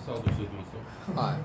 タートしていきますよ。 はい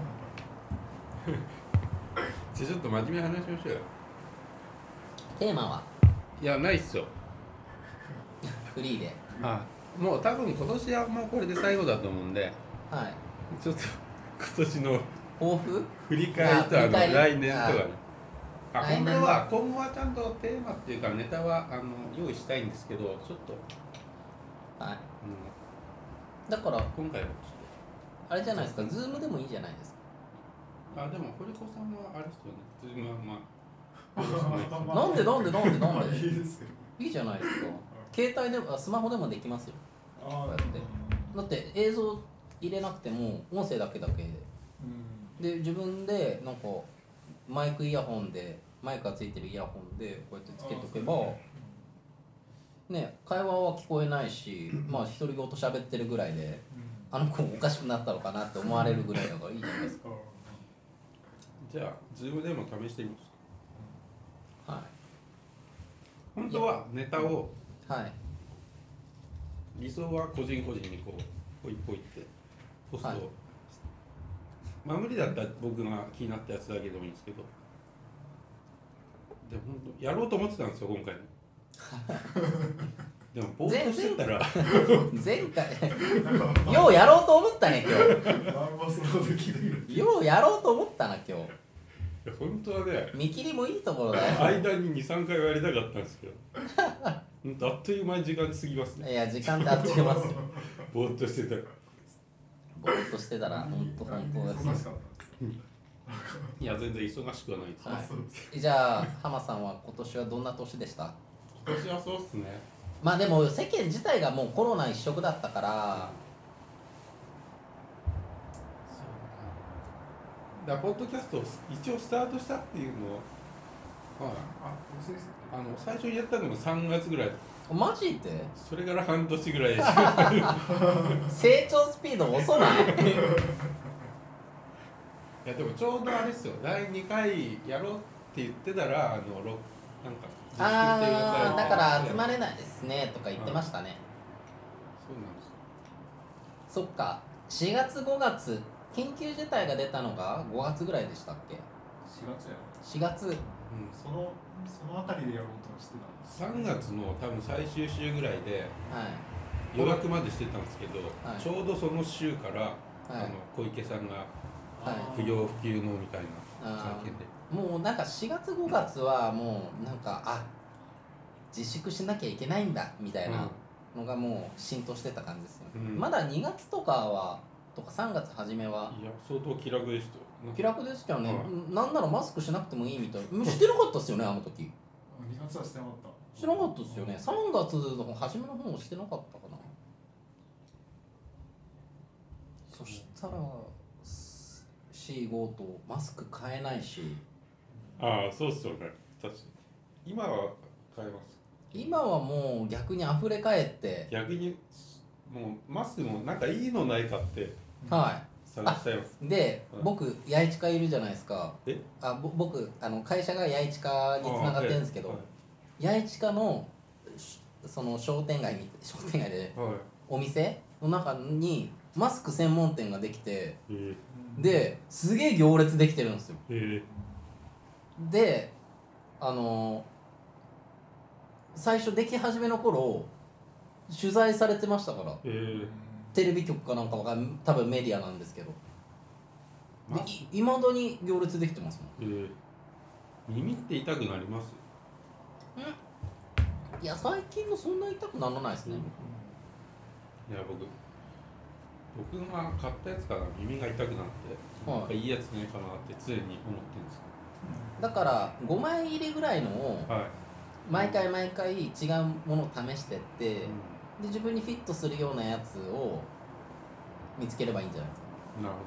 ちょっと真面目な話しましょうよ。 テーマはいや、ないっすよ。 フリーで。 もう多分今年はもうこれで最後だと思うんで、 はいちょっと今年の抱負振り返りと振り返り来年とかね。 来年今後はちゃんとテーマっていうかネタは用意したいんですけど、ちょっと、 はいだから今回はちょあれじゃないですか、ズームでもいいじゃないですか。 っとでも堀子さんはあれですよね。ズームはまあよろしくないですよね。 なんでいいですけど。 いいじゃないですか。携帯でもスマホでもできますよ。 あこうやってだって映像入れなくても音声だけで自分でなんかマイクイヤホンでマイクがついてるイヤホンでこうやってつけとけばね、会話は聞こえないし、まあ独り言喋ってるぐらいであの子おかしくなったのかなって思われるぐらいだからいいじゃないですか。 じゃあズームでも試してみますか。 は本当はネタをいはい理想は個人個人にこうポイポイってポストを、 はいまあ無理だったら僕が気になったやつだけでもいいんですけど、でも本当やろうと思ってたんですよ今回も。でもぼーっとしてたら前回ようやろうと思ったね今何もそのこと聞いてく日ようやろうと思ったな今日。 いや本当はね見切りもいいところだよ。 間に 2,3 回はやりたかったんですけど本当あっという間に時間過ぎますね。 いや時間であっという間ですよ。 ぼーっとしてたらぼーっとしてたら本当です忙しかった。 いや全然忙しくはないです、 はそうです。 い、じゃあ浜さんは今年はどんな年でした？ 今年はそうっすね。 まあでも世間自体がもうコロナ一色だったからだからポッドキャストを一応スタートしたっていうのは、 そうですね。 最初にやったのが3月ぐらい、 マジでそれから半年ぐらいです成長スピード遅ない？ いやでもちょうどあれですよ、第2回やろうって言ってたらなんか自粛してくださいああだから集まれれないですねとか言ってましたね。 そうなんですよ。 そっか4月5月緊急事態が出たのが5月ぐらいでしたっけ 4月やろ。 4月そのあたりでやろうとしてた。 3月の多分最終週ぐらいではい予約までしてたんですけど、 はいちょうどその週から、 はい小池さんがはい不要不急のみたいな会見で、 もうなんか4月5月はもうなんか自粛しなきゃいけないんだみたいなのがもう浸透してた感じですよ、 うんまだ2月とか3月初めはいや相当気楽でしたよ。なんか気楽ですけどね、 はなんならマスクしなくてもいいみたいなしてなかったっすよねあの時。 2月はしてなかった。 してなかったっすよね。3月の初めの方もしてなかったかな。そしたら45とマスク買えないしああそうっすよね。確かに今は変えます。 今はもう逆に溢れ返って逆にもうマスクもなんかいいのないかっては探しちゃいます。 いで、 うん僕八重地いるじゃないですか。 え僕会社が八重地につながってるんですけど、 はい八重地のその商店街ではいお店の中にマスク専門店ができてえですげえ行列できてるんですよ。で最初でき始めの頃取材されてましたから、テレビ局かなんかわかん多分メディアなんですけどまいまだに行列できてますもん。 耳って痛くなります？ いや最近もそんな痛くならないですね、 いや僕が買ったやつから耳が痛くなって、 はいなんかいいやつないかなって常に思ってるんですだから5枚入りぐらいのをけど、はい毎回違うものを試してって、で自分にフィットするようなやつを見つければいいんじゃないですか。 なる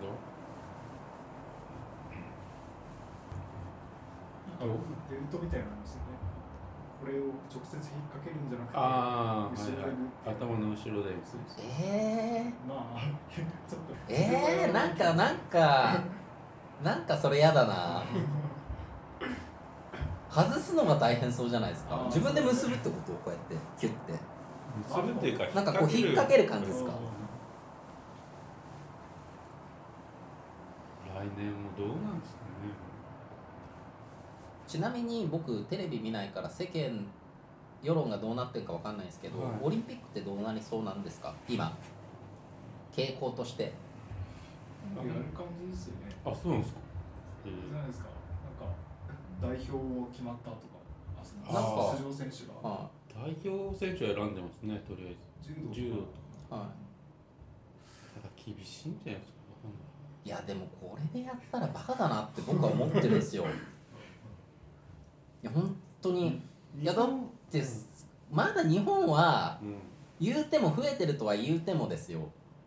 ほど。 ベルトみたいなのですよね。これを直接引っ掛けるんじゃなくて、 ああ、 後ろに頭の後ろでまあちょっとなんかそれやだな外すのが大変そうじゃないですか。自分で結ぶってことをこうやってキュッて結ぶっていうかなんかこう引っ掛ける感じですか。 年もどうなんですかね。 ちなみに僕テレビ見ないから世間世論がどうなってるかわかんないですけど、 はいオリンピックってどうなりそうなんですか今傾向として。 やる感じですよね。 あ、そうなんですか。 じゃないですか。なんか代表決まったとか、 なんか出場選手がは代表選手は選んでますね、とりあえず。柔道とか。 い、はただ厳しいんじゃないですか。わかんない。 い、いやでもこれでやったらバカだなって僕は思ってるんですよ。いや本当に。いやだってまだ日本はうん。 言うても増えてるとは言うてもですよ、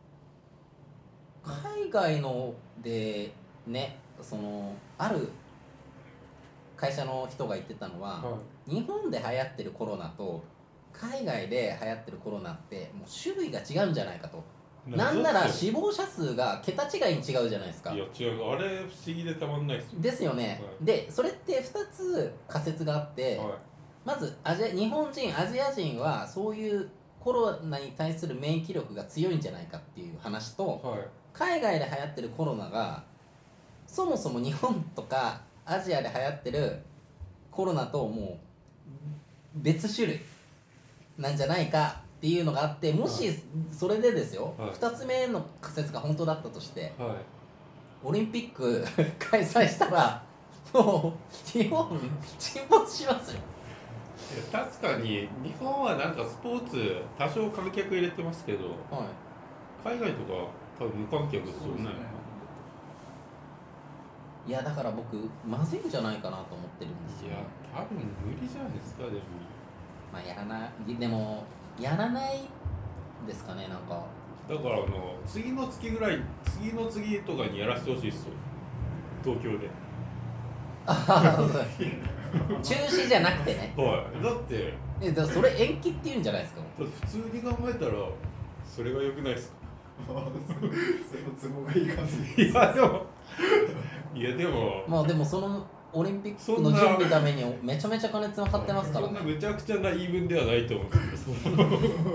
海外のでね、そのある会社の人が言ってたのは、 は日本で流行ってるコロナと海外で流行ってるコロナってもう種類が違うんじゃないかと。 い。 なんならし死亡者数が桁違いに違うじゃないですか。 いや違う、あれ不思議でたまんないですよ。 ですよね、 はいでそれって2つ仮説があって、 はまず日本人アジア人はそういうコロナに対する免疫力が強いんじゃないかっていう話と、 い。はい。 海外で流行ってるコロナがそもそも日本とかアジアで流行ってるコロナともう別種類なんじゃないかっていうのがあって、もしそれでですよ、 はい 2つ目の仮説が本当だったとしてはい。 オリンピック開催したらもう日本沈没しますよ。 いや確かに日本はなんかスポーツ多少観客入れてますけど、 はい海外とか多分無観客ですよね。 いやだから僕まずいんじゃないかなと思ってるんですよ。 いや多分無理じゃないですか。でもまあやらないでもやらないですかねなんか。 だから次の月ぐらい、次の次とかにやらせてほしいですよ、東京で。 中止じゃなくてね。 はい。だってだからそれ延期って言うんじゃないですか。 普通に考えたらそれが良くないですか。 それも都合がいい感じ。 いやでもいやでもまあでもそのオリンピックの準備のためにめちゃめちゃ金かかってますからね。 そんなむちゃくちゃな言い分ではないと思うんですけど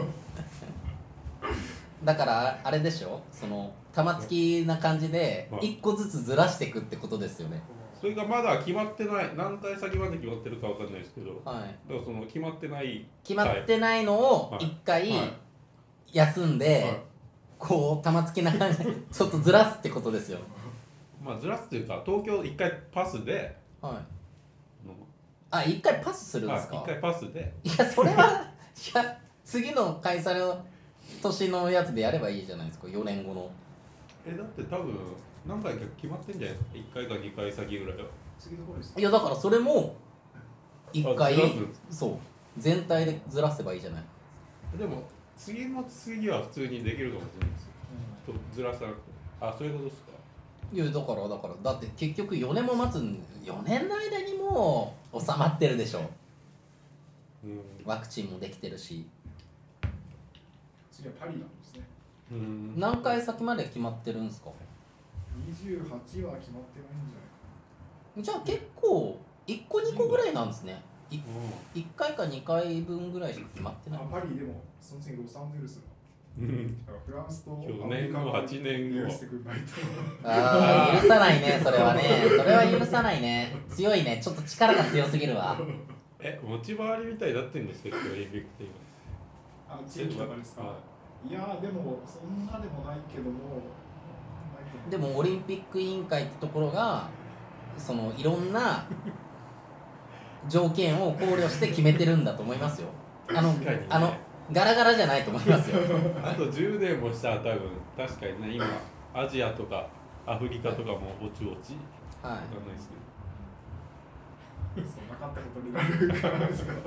だからあれでしょ、その玉突きな感じではい一個ずつずらしていくってことですよね。 それがまだ決まってない、何回先まで決まってるかわかんないですけど、だかはい。 らその決まってない決まってないのを一回はい休んで、 はいこう玉突きな感じでちょっとずらすってことですよ。 まあずらすというか東京一回パスではい。 のあ、一回パスするんですか。 一回パスでいやそれはいや次の開催の年のやつでやればいいじゃないですか、4年後の。 だって多分何回か決まってんじゃないですか、1回か2回先ぐらいは。 次の頃です。 いやだからそれも1回あずらすそう全体でずらせばいいじゃない。 でも次の次は普通にできるかもしれないですよ、とずらさなくて。あ、そういうことですか。 いやだからだって結局4年も待つ4年の間にもう収まってるでしょ。ワクチンもできてるし。 次はパリなんですね。 何回先まで決まってるんですか。 28は決まってないんじゃないかじゃあ結構1個2個ぐらいなんですね。1回か2回分ぐらいしか決まってない。 な。パリでもその次ロサンゼルスの。だからフランスと 4年後8年後許してくれないと。 ああ許さないねそれはね。それは許さないね。強いね、ちょっと力が強すぎるわ。 持ち回りみたいになってるんですけど、オリンピックって今。 地域とかですか。いやでもそんなでもないけども。 でもオリンピック委員会ってところがそのいろんな条件を考慮して決めてるんだと思いますよ。 確かにねガラガラじゃないと思いますよ。 あと10年もしたら多分確かにね、今アジアとかアフリカとかもぼちぼちはわかんないですけど、 そうなかったことになるからですが。 なる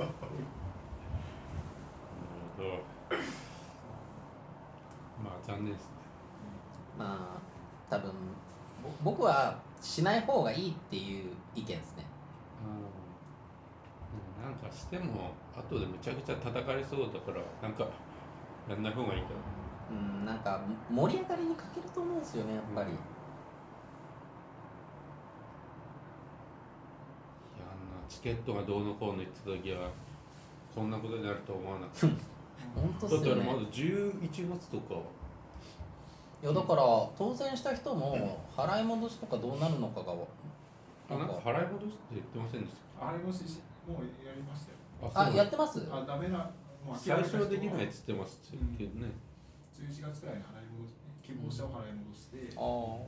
ほど。まあ残念ですね。 い。まあ多分僕はしない方がいいっていう意見ですね。 でもなんかしても後でむちゃくちゃ叩かれそうだから、なんかやんない方がいいかな。 なんか盛り上がりに欠けると思うんですよねやっぱり。 いや、チケットがどうのこうの言ってた時はこんなことになるとは思わなかったです。 本当っだってすよね。 まだ11月とかいやだから当選した人も払い戻しとかどうなるのかがなんか払い戻しって言ってませんでしあれもしもうやりましたよ。 た？ あやってますあ、ダメな、もう最初はできないっつってますけどね。 11月くらいに払い戻し、希望者を払い戻して、 ああ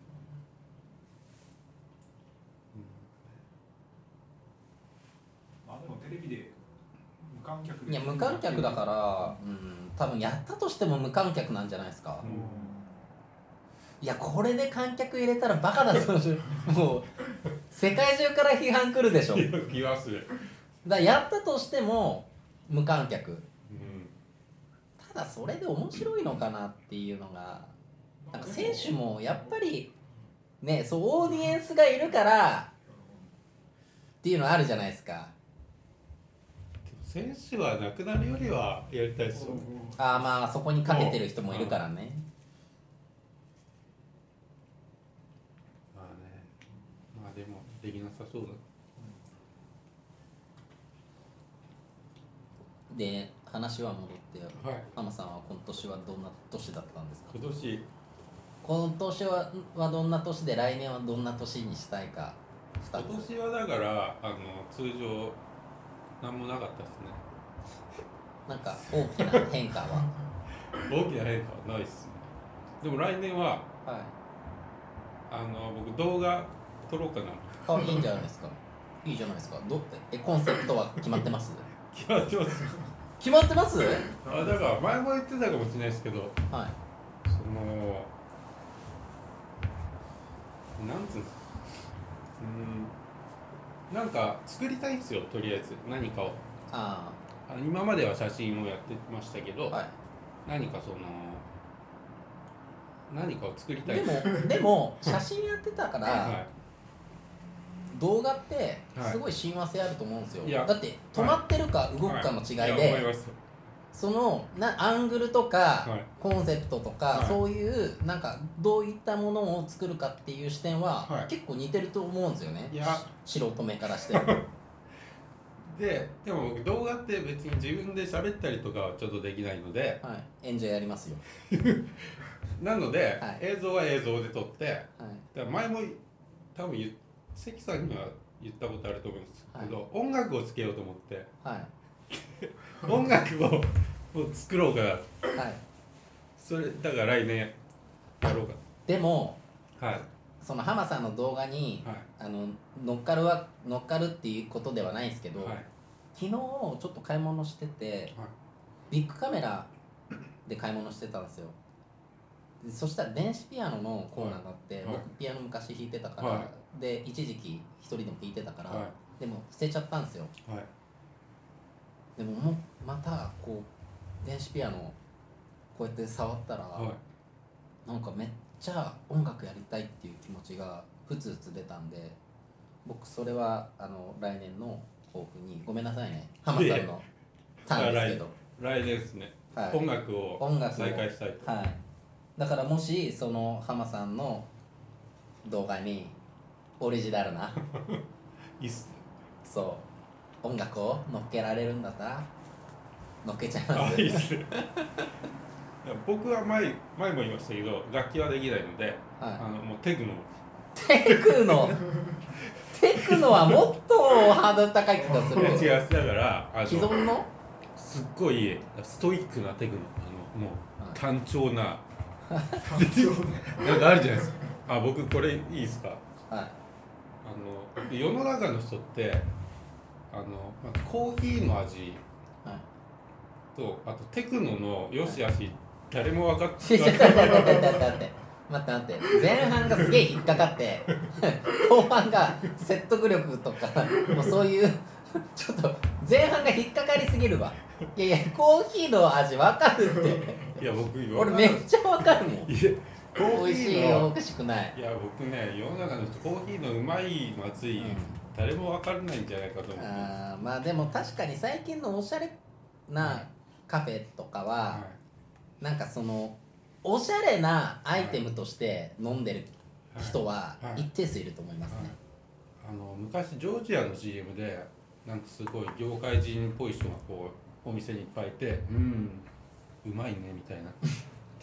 まあでもテレビで無観客で。 いや無観客だから、多分やったとしても無観客なんじゃないですか、いやこれで観客入れたらバカだぞもう世界中から批判来るでしょ。 気がする。 だからやったとしても無観客、 うん、 ただそれで面白いのかなっていうのが、なんか選手もやっぱりね、そうオーディエンスがいるからっていうのあるじゃないですか。 選手はなくなるよりはやりたいですよ。 ああまあそこにかけてる人もいるからね。 まあね、まあでもできなさそうだ。 で話は戻って、 はい。 浜さんは今年はどんな年だったんですか？ 今年今年はどんな年で来年はどんな年にしたいか2 今つ。 年はだから通常何もなかったですね。 なんか大きな変化は大きな変化はないっすね。でも来年ははい僕動画撮ろうかな。 あいいんじゃないですか。いいじゃないですか。コンセプトは決まってます？ 決まってます。 決まってます？ だから前も言ってたかもしれないですけど、 はいそのなんつうんですか、なんか作りたいんですよ、とりあえず何かを。 あ今までは写真をやってましたけど、 あはい。 何か何かを作りたい。 でも写真やってたから、 は動画ってすごい親和性あると思うんですよ、 いやだって止まってるか動くかの違いで、 や思いますよ。 そのアングルとか、 はいコンセプトとか、 はいそういうなんかどういったものを作るかっていう視点は、 はい結構似てると思うんですよね。 いや素人目からしてでも僕動画って別に自分で喋ったりとかはちょっとできないので、 はい演者やりますよ。 なので、 はい映像は映像で撮って、 はいだから前も多分関さんには言ったことあると思うんですけど、音楽をつけようと思ってはい音楽を作ろうかな。 はいそれだから来年やろうかでもな。はいその浜さんの動画に、 はい乗っかるっていうことではないんですけど、 はい昨日ちょっと買い物してて、 はいビッグカメラで買い物してたんですよ。でそしたら電子ピアノのコーナーがあって、 はい僕ピアノ昔弾いてたから、 はで一時期一人でも弾いてたから、 はでも捨てちゃったんですよ。 はいでもまたこう電子ピアノこうやって触ったら、 はいなんかめっちゃ音楽やりたいっていう気持ちがふつふつ出たんで、僕それは来年の抱負に、ごめんなさいね浜さんのターンですけど、 来年ですね、 はい音楽を再開したいと。 はい、だからもしその浜さんの動画にオリジナルないいっすね。 そう音楽を乗っけられるんだったら乗っけちゃいます。 いいっすね。いや僕は前も言いましたけど、楽器はできないので、もうテクノ。 テクノはもっとハードル高い気がする。 違う、だから既存のすっごいストイックなテクノ、もう単調ななんかあるじゃないですか。僕これいいですか。 はい世の中の人ってコーヒーの味はいと、あとテクノの良し悪し、誰も分かっ待って前半がすげえ引っかかって後半が説得力とかもうそういうちょっと前半が引っかかりすぎるわ。いやコーヒーの味わかるって。 いや僕俺めっちゃわかるもん。 いやコー美味しいヒーのおかしくない。 いや僕ね、世の中の人コーヒーのうまいまずい、誰も分からないんじゃないかと思ってままあでも確かに最近のおしゃれなカフェとかは、なんかそのおしゃれなアイテムとして飲んでる人は一定数いると思いますね。 昔ジョージアの CM でなんかすごい業界人っぽい人がこうお店にいっぱいいて、うまいねみたいな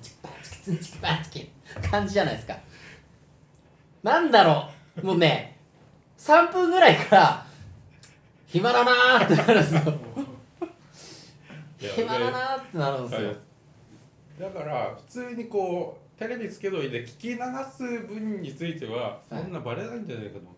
チキパンチキツンチキパンチキ感じじゃないですか。なんだろう、もうね3分ぐらいから暇だなーってなるんですよ暇だなーってなるんですよ。 だから普通にこうテレビつけといて聞き流す分についてはそんなバレないんじゃないかと思って、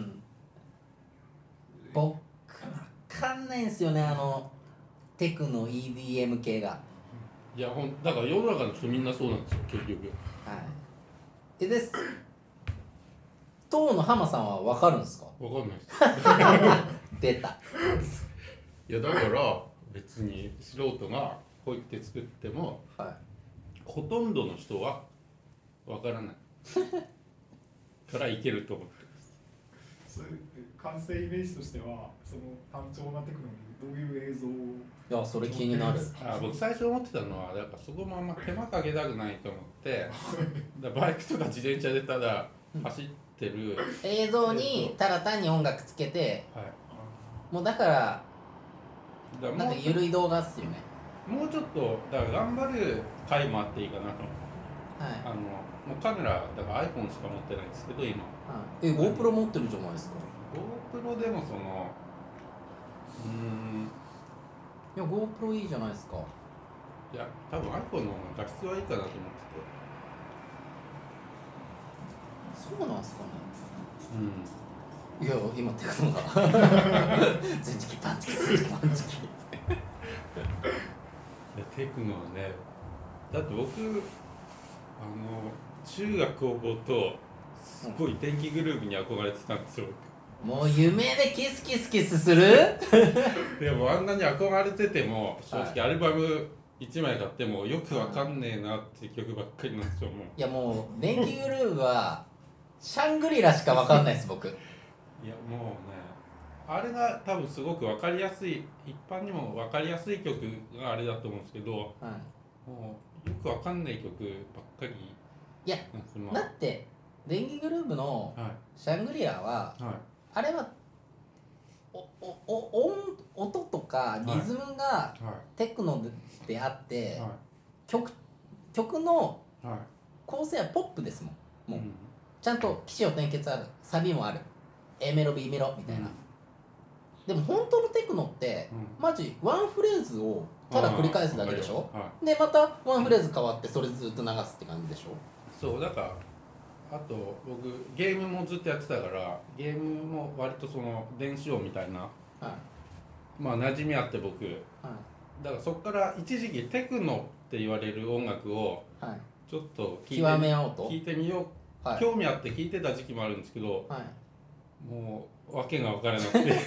僕わかんないんですよね、テクノ EDM 系が。 いやだから世の中の人みんなそうなんですよ結局。 はいです。当の浜さんは分かるんですか？ 分かんないです出た。 いやだから別に素人がこう言って作っても、 はい、 ほとんどの人は分からないからいけると思ってます。 それ完成イメージとしてはその単調なテクノにどういう映像を。 いやそれ気になる。 僕最初思ってたのはだからそこもあんま手間かけたくないと思ってだバイクとか自転車でただ走ってる映像にただ単に音楽つけて、 はい、 もうだからなんか緩い動画っすよね。 もうちょっとだから頑張る回もあっていいかなと思って、 はい、 もうカメラだから iPhone しか持ってないんですけど今、 GoPro 持ってるじゃないですか。 GoPro でもそのいや GoPro いいじゃないですか。 いや多分 iPhone の方が画質はいいかなと思ってて。 そうなんすかね。 うん、 いや今テクノが全時期パンチキ全時期パンチキテクノはねだって僕中学高校とすごい電気グループに憧れてたんですよ。 もう夢でキスキスキスするでもあんなに憧れてても正直アルバム1枚買ってもよくわかんねえなって曲ばっかりなんですよ。もういやもう電気グループはシャングリラしかわかんないです僕。 いやもうねあれが多分すごくわかりやすい一般にもわかりやすい曲があれだと思うんですけど、 はい、 もうよくわかんない曲ばっかり。 いやだって電気グループのシャングリラは、はい、あれは音とかリズムがテクノであって、はい、曲の構成はポップですもん。もう、ちゃんと起承転結ある、サビもある、 A メロ B メロみたいな、でも本当のテクノって、マジワンフレーズをただ繰り返すだけでしょ、でまたワンフレーズ変わってそれずっと流すって感じでしょ。 そうだからあと僕ゲームもずっとやってたからゲームも割とその電子音みたいな、はい、まあ馴染みあって僕、はい、だからそこから一時期テクノって言われる音楽をちょっと聞いてみよう、はい、興味あって聞いてた時期もあるんですけど、はい、もう訳が分からなくて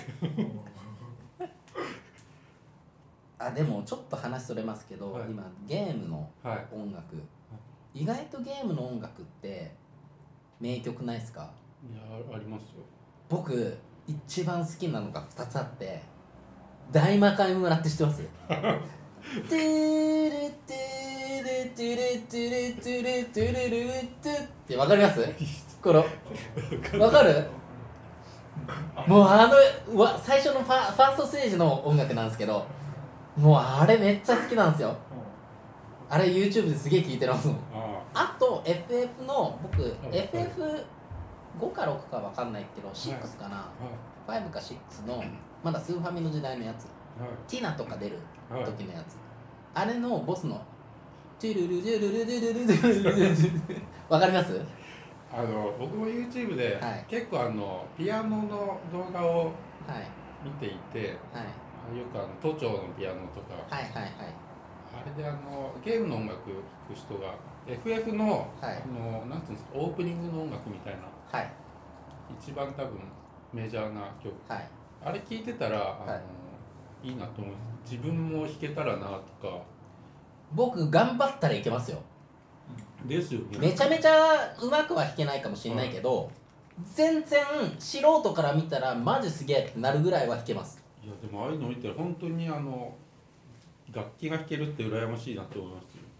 でもちょっと話それますけど、はい、今ゲームの音楽、はい、意外とゲームの音楽って名曲ないですか？ いやありますよ。 僕一番好きなのが2つあって、大魔界村って知ってます？トゥルトゥルトゥルトゥルトゥルトゥルトゥルルトゥってわかります？これわかる？もう最初のファーストステージの音楽なんですけど、もうあれめっちゃ好きなんですよ。あれ YouTube ですげえ聴いてますもん。あと FF の僕 FF5 か6か分かんないけど6かな、5か6のまだスーファミの時代のやつ、ティナとか出る時のやつ、あれのボスのトゥルルルルルルルルルルル分かります？ 僕も YouTube で結構ピアノの動画を見ていて、よく都庁のピアノとか、あれでゲームの音楽聴く人が FF の、なんていうんですか、オープニングの音楽みたいな、一番多分メジャーな曲、あれ聴いてたらいいなと思います。自分も弾けたらなとか。 僕頑張ったらいけますよ。 ですよね。 めちゃめちゃうまくは弾けないかもしれないけど、全然素人から見たらマジすげえってなるぐらいは弾けます。 いやでもああいうの見て本当に楽器が弾けるって羨ましいなって思いますよ。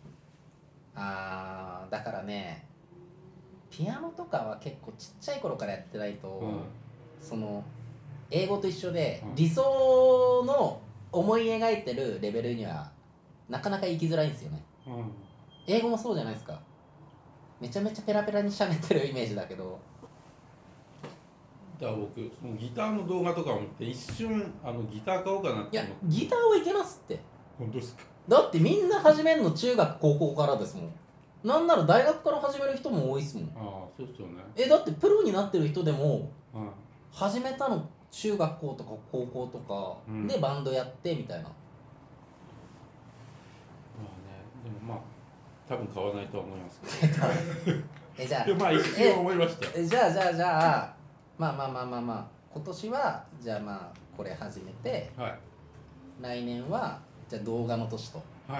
だからね、ピアノとかは結構ちっちゃい頃からやってないと、その英語と一緒で、理想の思い描いてるレベルにはなかなか行きづらいんですよね。英語もそうじゃないですか。めちゃめちゃペラペラに喋ってるイメージだけど。 だから僕そのギターの動画とかを見て一瞬ギター買おうかなって思って。 いやギターはいけますって。 本当ですか？ だってみんな始めるの中学高校からですもん。なんなら大学から始める人も多いですもん。 そうですよね。 だってプロになってる人でも、始めたの中学校とか高校とかでバンドやってみたいな。 もまあ多分買わないとは思いますけどじゃあまあ一応思いましたじゃあまあ今年はじゃあまあこれ始めて、 はい、 来年はじゃあ動画の年と、 はい、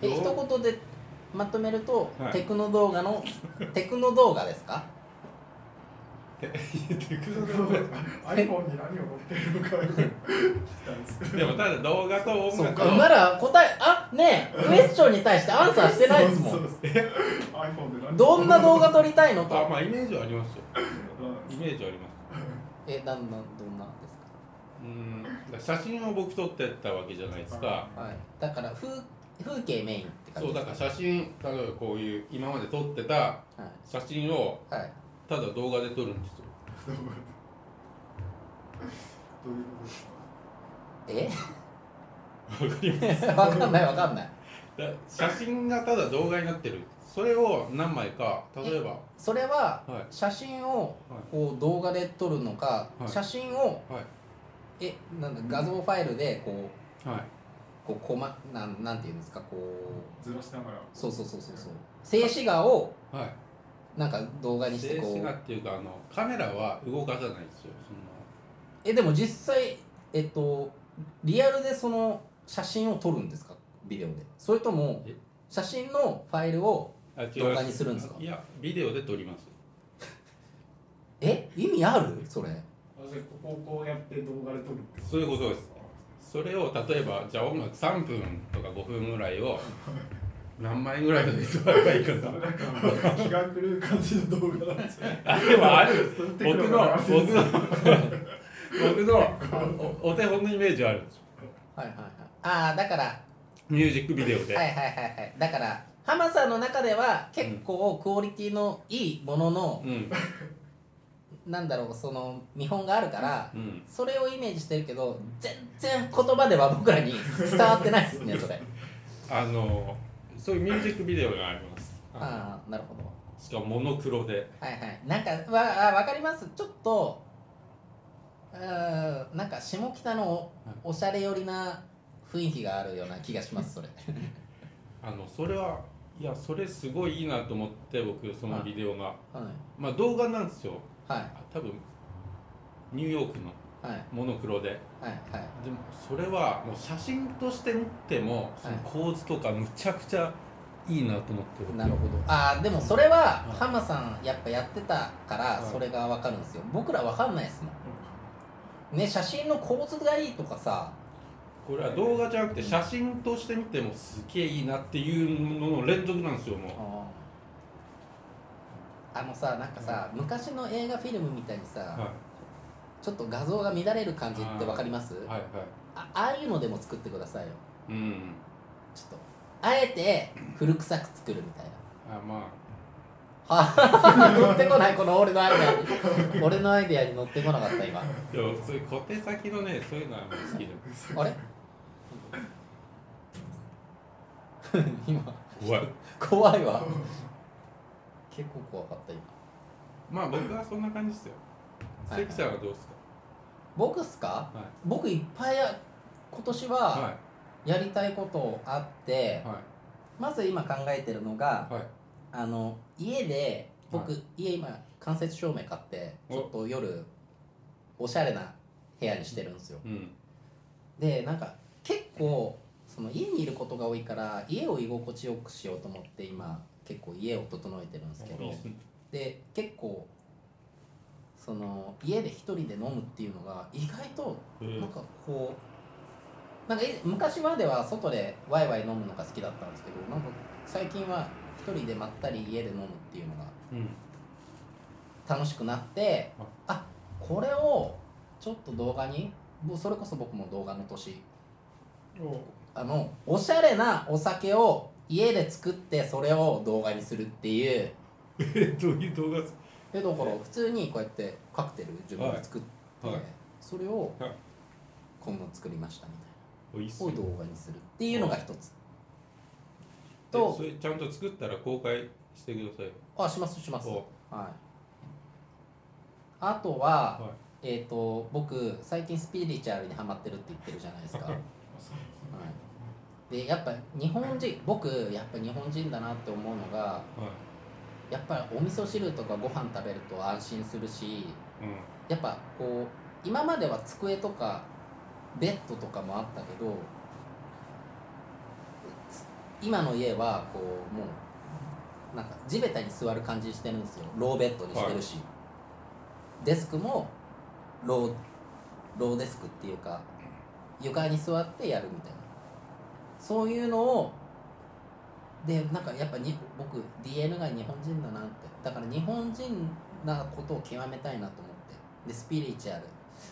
一言でまとめると、 はい、 テクノ動画ですか？ テクノ動画 iPhone に何を持ってるのかでもただ動画と音楽をなら答えねえクエスチョンに対してアンサーしてないですもんどんな動画撮りたいのとまあイメージはありますよイメージはありますどんなんですか？写真を僕撮ってったわけじゃないですか、 はい、だから風景メインって感じですか？ そうだから写真例えばこういう今まで撮ってた写真をただ動画で撮るんですよ、 どういうことですか？ わかります？ わかんない写真がただ動画になってるそれを何枚か例えばそれは写真をこう動画で撮るのか、写真をなんだ画像ファイルでこうなんていうんですかこうずらしながらそう静止画をなんか動画にしてこう静止画っていうかカメラは動かさないですよでも実際リアルでその写真を撮るんですかビデオでそれとも写真のファイルを動画にするんですか？ いやビデオで撮ります意味あるそれこうやって動画で撮るってそういうことですそれを例えばじゃあ音楽3分とか5分ぐらいを何枚ぐらいの人がいいかな気が狂う感じの動画なんですよでもある僕のお手本のイメージはあるんですよだからミュージックビデオでだから浜さんの中では結構クオリティのいいものの、なんだろうその見本があるから、それをイメージしてるけど全然言葉では僕らに伝わってないですねそれそういうミュージックビデオがありますなるほどしかもモノクロでなんかわかりますちょっとなんか下北のおしゃれ寄りな雰囲気があるような気がしますそれそれはいやそれすごいいいなと思って僕そのビデオが、まあ動画なんですよ、多分ニューヨークのモノクロで、でもそれはもう写真として見てもその構図とかむちゃくちゃいいなと思ってなるほどでもそれは浜さんやっぱやってたからそれが分かるんですよ僕ら分かんないですもんね写真の構図がいいとかさこれは動画じゃなくて写真として見てもすげえいいなっていうのの連続なんですよもうなんかさ昔の映画フィルムみたいにさ、ちょっと画像が乱れる感じって分かります？ああいうのでも作ってくださいよちょっとあえて古臭く作るみたいな乗ってこないこの俺のアイデアに乗ってこなかった今でもそういう小手先のねそういうのは好きであれ今怖いわ結構怖かった今まあ僕はそんな感じですよ関さんはどうですか？ 僕っすか？僕いっぱい今年はやりたいことあって、まず今考えてるのが、家で僕、家今間接照明買ってちょっと夜おしゃれな部屋にしてるんですよ、でなんか結構その家にいることが多いから家を居心地よくしようと思って今結構家を整えてるんですけどで結構その家で一人で飲むっていうのが意外となんかこうなんか昔までは外でワイワイ飲むのが好きだったんですけどなんか最近は一人でまったり家で飲むっていうのが楽しくなってこれをちょっと動画にそれこそ僕も動画の年おしゃれなお酒を家で作ってそれを動画にするっていうどういう動画だから普通にこうやってカクテル自分で作って、それをこんな作りましたみたいなを動画にするっていうのが一つとそれちゃんと作ったら公開してください。 しますあとは、僕最近スピリチュアルにハマってるって言ってるじゃないですか、 でやっぱ日本人、僕やっぱ日本人だなって思うのが、はい、やっぱりお味噌汁とかご飯食べると安心するし、やっぱこう今までは机とかベッドとかもあったけど、今の家はこうもうなんか地べたに座る感じにしてるんですよ。ローベッドにしてるし、はい、デスクもローデスクっていうか床に座ってやるみたいな、そういうのをでなんかやっぱに僕 DNA が日本人だなって、だから日本人なことを極めたいなと思って、でスピリチュアル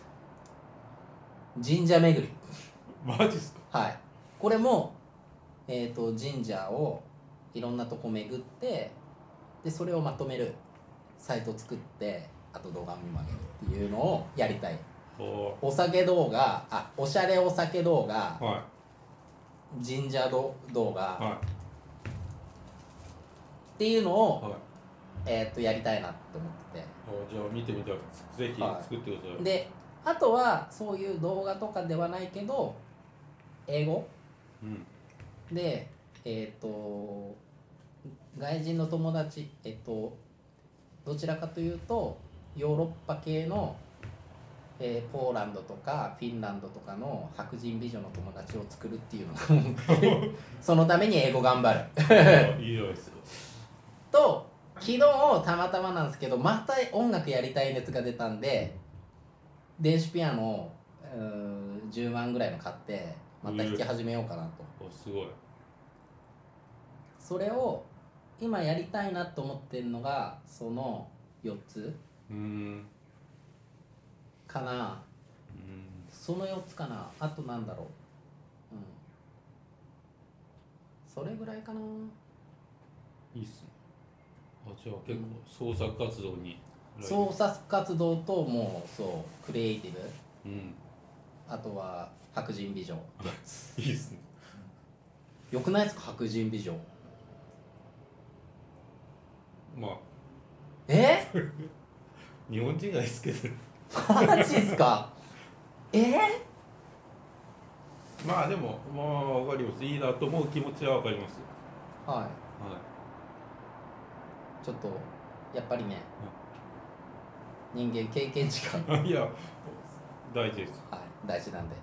神社巡りマジっすか。はい、これも神社をいろんなとこ巡って、でそれをまとめるサイトを作って、あと動画見まげるっていうのをやりたい。お酒動画、おしゃれお酒動画、はい、神社動画、はい、っていうのを、はい、やりたいなって思ってて。 じゃあ見てみたらぜひ作ってください。 はい、であとはそういう動画とかではないけど英語、うん、で外人の友達、どちらかというとヨーロッパ系の、ポーランドとかフィンランドとかの白人美女の友達を作るっていうのがそのために英語頑張るいいですよと、昨日たまたまなんですけどまた音楽やりたい熱が出たんで、電子ピアノを10万ぐらいの買ってまた弾き始めようかなと。 すごい。 それを今やりたいなと思ってるのがその4つかな。その4つかな。あとなんだろう、それぐらいかな。 いいっすね。じゃあ結構創作活動に、 創作活動ともうそうクリエイティブ、あとは白人美女いいっすね。 よくないですか白人美女。 まあ日本人がですけどマジっすか。 まあでもまあ分かります。いいなと思う気持ちは分かります。 はい、はい、ちょっとやっぱりね、人間経験値がいや大事です。 はい、大事なんで。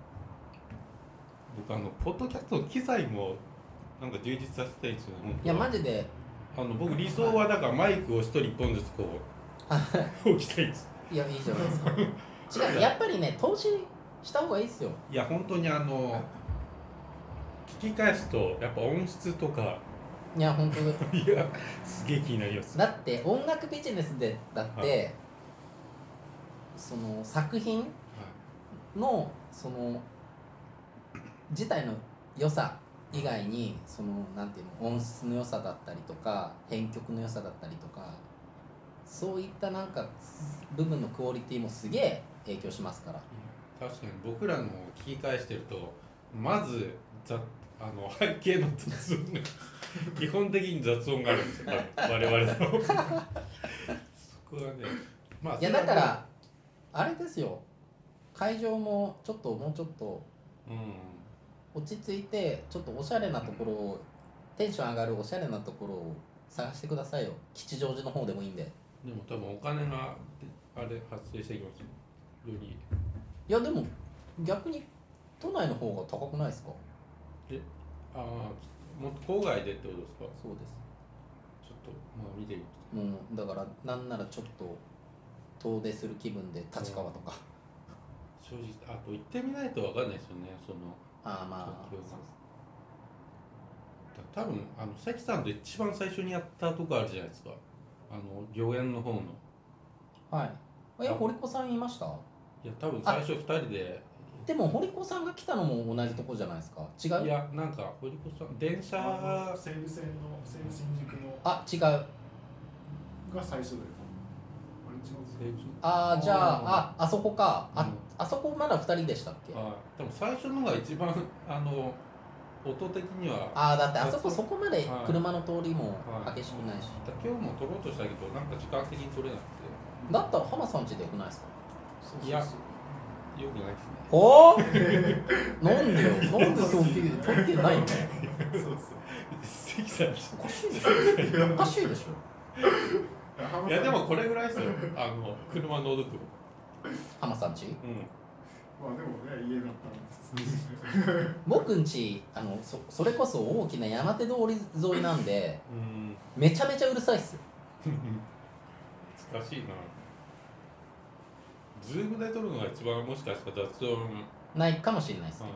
僕ポッドキャストの機材もなんか充実させたいんですよね。 いやマジで僕理想はだからマイクを一人一本ずつこう置きたいです。 いやいいじゃないですか違う、やっぱりね投資した方がいいですよ。 いや本当に聞き返すとやっぱ音質とか、 いや本当いやすげえ気になります。 だって音楽ビジネスでだって、はい、その作品のその自体の良さ以外にそのなんていうの音質の良さだったりとか編曲の良さだったりとか、そういったなんか部分のクオリティもすげえ影響しますから。 確かに僕らの聞き返してるとまず背景の雑音が基本的に雑音があるんですよ我々のそこはね、まあ、 いやだからあれですよ、会場ももうちょっと、落ち着いてちょっとおしゃれなところをテンション上がるおしゃれなところを探してくださいよ。吉祥寺の方でもいいんで。 でも多分お金があれ発生していきますより。 いやでも逆に都内の方が高くないですか。 もっと郊外でってことですか。 そうです。 ちょっとまあ見てみもうだからなんならちょっと遠出する気分で立川とか、 正直あと行ってみないと分かんないですよね。そのまあ多分関さんと一番最初にやったとこあるじゃないですか。御苑の方の。 はい。堀子さんいました。 いや多分最初2人で。 でも堀子さんが来たのも同じとこじゃないですか。違う。 いやなんか堀子さん電車西武線の西武新宿の違うが最初だよ。 じゃああそこか。あそこまだ2人でしたっけ。 でも最初のが一番音的にはだってあそこそこまで車の通りも激しくないし、 今日も撮ろうとしたけどなんか時間的に撮れなくて。 だったら浜さん家でよくないですか。 いやよくないですね。 おなんでよ、なんで取ってないの？ そうそう。 関さんおかしいでしょ。おかしいでしょ。 いやでもこれぐらいですよ。車のどく。 浜さんち？ まあでもね、家だったんです。 僕んちそれこそ大きな山手通り沿いなんで、めちゃめちゃうるさいっすよ。 難しいな。ズームで撮るのが一番もしかしたら雑音ないかもしれないですけどね。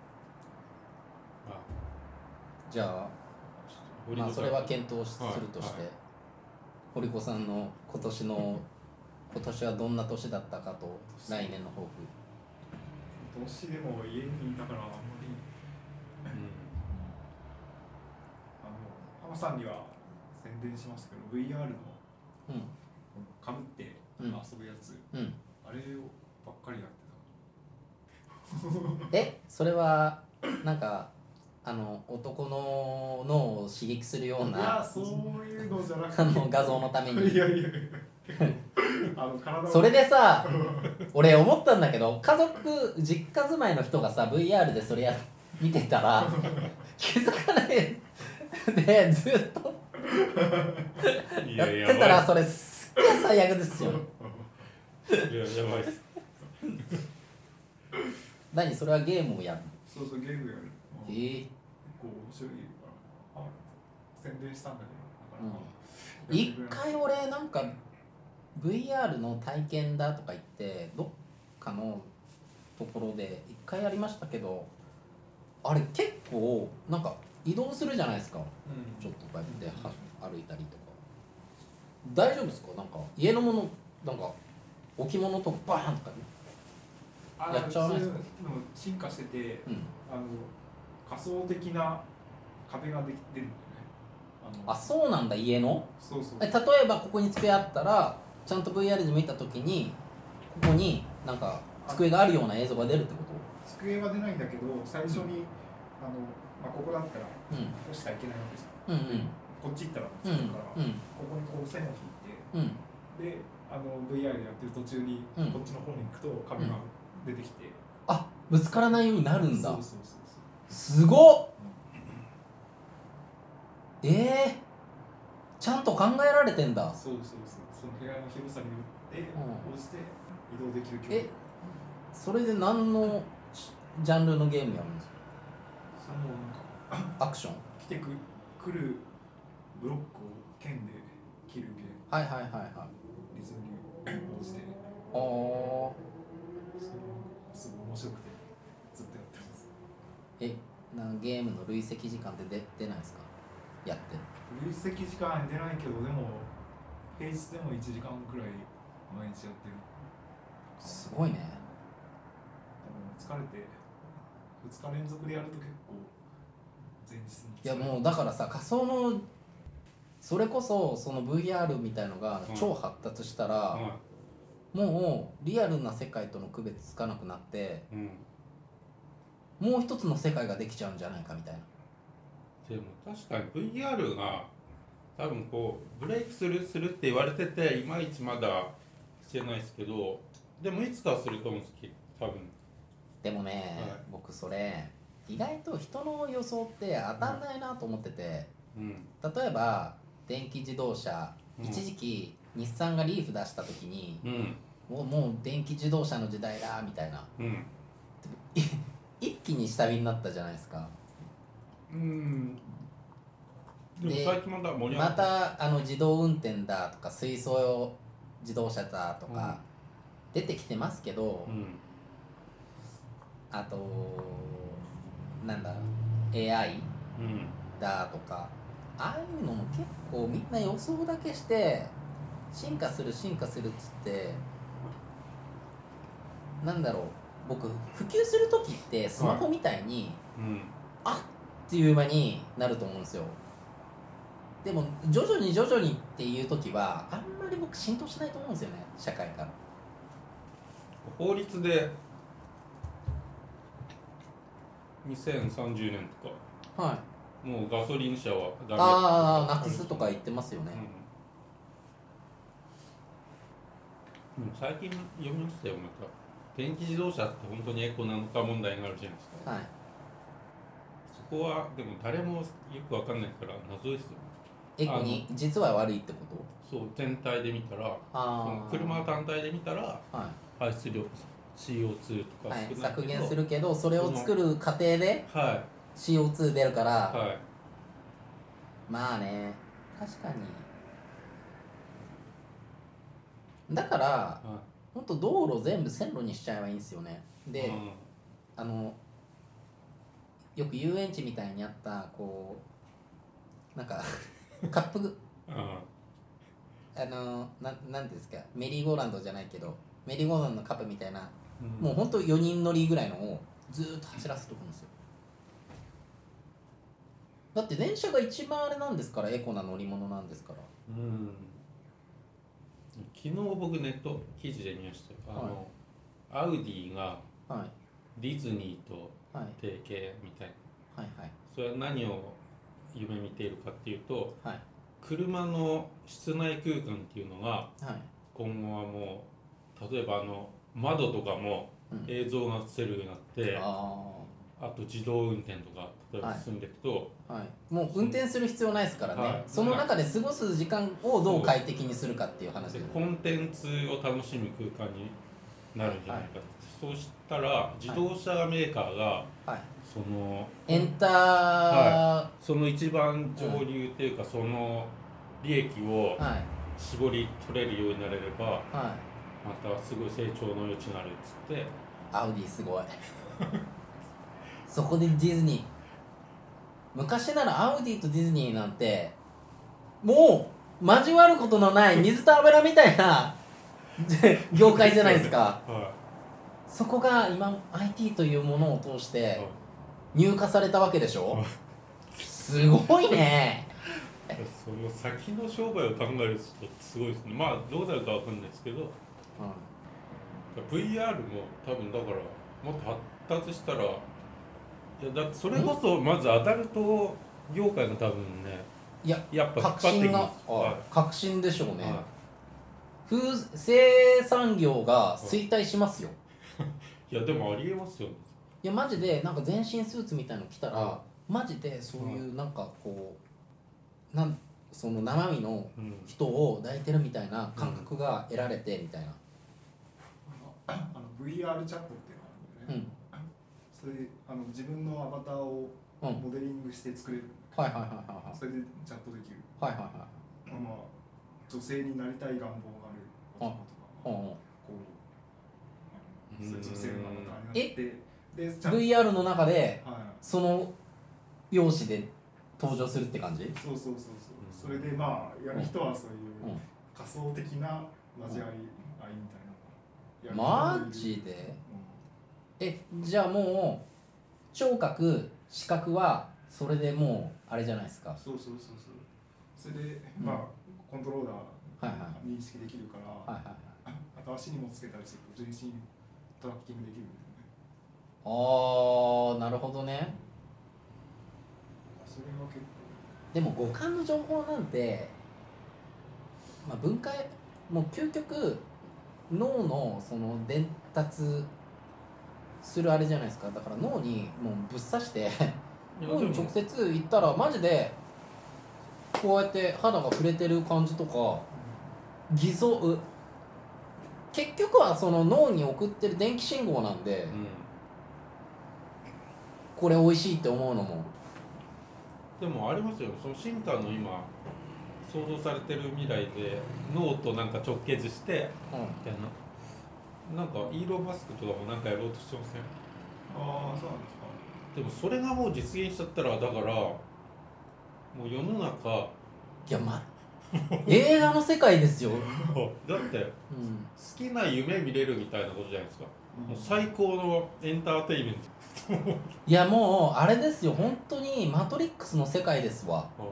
じゃあ、まあそれは検討するとして、堀子さんの今年はどんな年だったかと、来年の抱負。 今年でも家にいたからあんまり、浜さんには宣伝しましたけど VR のかぶって遊ぶやつ、あれをばっかりやってた。それはなんか男の脳を刺激するような、 いやそういうのじゃなくて画像のために。 いやそれでさ、俺思ったんだけど、実家住まいの人がさ VR でそれ見てたら気づかないでずっとやってたら、それすっげえ最悪ですよ。 いや、やばいっす。 何、それはゲームをやるの？ そうそう、ゲームやる。結構面白いから宣伝したんだけど、 一回俺なんか VR の体験だとか言ってどっかのところで一回やりましたけど、あれ結構なんか移動するじゃないですか、ちょっとこうやって歩いたりとか。大丈夫ですか？なんか家のもの、なんか置物とかバーンとかやっちゃわないですか？ 進化してて、仮想的な壁ができてるんだよね。 あ、そうなんだ。家の？ そうそう。 例えばここに机あったら、ちゃんと VR で見たときにここになんか机があるような映像が出るってこと？ 机は出ないんだけど、最初にここだったらここしか行けないわけじゃん。こっち行ったらつくから、ここにこう線を引いて、でVR でやってる途中にこっちの方に行くと壁が出てきて、 あ、ぶつからないようになるんだ。 そうそうそう。 すごっ。ちゃんと考えられてんだ。 そうそうそう。その部屋の広さによって応じて移動できる距離。 それで何のジャンルのゲームやるんですか？ そのなんかアクション？ 来るブロックを剣で切るゲーム。 はいはいはいはい。 リズムに応じて。すごい面白くてずっとやってます。 ゲームの累積時間って出ないですか？やってる。 累積時間出ないけど、でも平日でも1時間くらい毎日やってる。 すごいね。 疲れて2日連続でやると結構前日に。 いやもうだからさ、仮想のそれこそその VR みたいのが超発達したら、もうリアルな世界との区別つかなくなって、もう一つの世界ができちゃうんじゃないかみたいな。 でも確かに VR が多分こうブレイクするって言われてて、いまいちまだしてないですけど、でもいつかはすると思うんですけど、多分。 でもね、僕それ意外と人の予想って当たんないなと思ってて、例えば電気自動車、一時期日産がリーフ出した時に、もう電気自動車の時代だみたいな、一気に下火になったじゃないですか。 でも最近また自動運転だとか水素自動車だとか出てきてますけど、あとなんだ AI だとか、ああいうのも結構みんな予想だけして進化するっつって、なんだろう、僕普及する時ってスマホみたいに、あっていう間になると思うんですよ。でも徐々にっていう時はあんまり僕浸透しないと思うんですよね、社会から。 法律で2030年とか、もうガソリン車はダメなくすとか言ってますよね。 最近読みましたよ、また電気自動車って本当にエコなのか問題があるじゃないですか。はい。そこはでも誰もよく分かんないから謎ですよ。 エコに実は悪いってこと？ そう、全体で見たら、その車単体で見たら、排出量 CO2 とか少ないけど、 削減するけど、それを作る過程で CO2 出るから、まあね、確かに。だから、ほんと道路全部線路にしちゃえばいいんですよね。で、よく遊園地みたいにあったこうなんかカップなんですか、メリーゴーランドじゃないけどメリーゴーランドのカップみたいな、もうほんと4人乗りぐらいのをずーっと走らせておくんですよ。だって電車が一番あれなんですから、エコな乗り物なんですから。 昨日僕ネット記事で見ましたよ。アウディがディズニーと提携みたいな、それは何を夢見ているかっていうと、車の室内空間っていうのが今後はもう例えば窓とかも映像が映せるようになって、あと自動運転とか例えば進んでいくと、 もう運転する必要ないですからね、その中で過ごす時間をどう快適にするかっていう話で、 コンテンツを楽しむ空間になるんじゃないか、そうしたら自動車メーカーが、そのエンター、その一番上流っていうか、その利益を絞り取れるようになれれば、またすごい成長の余地があるっつって。 アウディすごいそこでディズニー、昔ならアウディとディズニーなんてもう交わることのない水と油みたいな業界じゃないですか、そこが今 IT というものを通して入荷されたわけでしょ、すごいねその先の商売を考えるとすごいですね。まあどうなるかわかんないですけど、VR も多分だからもっと発達したら、いやだってそれこそまずアダルト業界が多分ね、やっぱ革新が革新でしょうね、生産業が衰退しますよいやでもありえますよ。 いやマジでなんか全身スーツみたいの着たら、マジでそういうなんかこうその生身の人を抱いてるみたいな感覚が得られてみたいな、 VR チャットっていうのがあるんでね、それ自分のアバターをモデリングして作れる、それでチャットできる、女性になりたい願望がある男とか、こう女性のアバターになって、 で VR の中でその容姿で登場するって感じ？ そう。それでまあやる人はそういう仮想的な交わり合いみたいな。 マジで？じゃあもう聴覚視覚はそれでもうあれじゃないですか。 そう。それでまあコントローラー認識できるから、あと足にもつけたりすると全身トラッキングできるんだよね。 なるほどね。 それは結構でも五感の情報なんて、まあ、分解もう究極脳のその伝達するあれじゃないですか。だから脳にもうぶっ刺して脳に直接言ったらマジでこうやって肌が触れてる感じとか偽装、結局はその脳に送ってる電気信号なんで、これ美味しいって思うのも。 でもありますよ、その進化の今想像されてる未来で脳となんか直結して、みたいな、なんかイーロン・マスクとかもなんかやろうとしてません？ そうなんですか。 でもそれがもう実現しちゃったら、だからもう世の中、 いや映画の世界ですよだって、好きな夢見れるみたいなことじゃないですか、もう最高のエンターテインメントいやもうあれですよ、本当にマトリックスの世界ですわ。 だから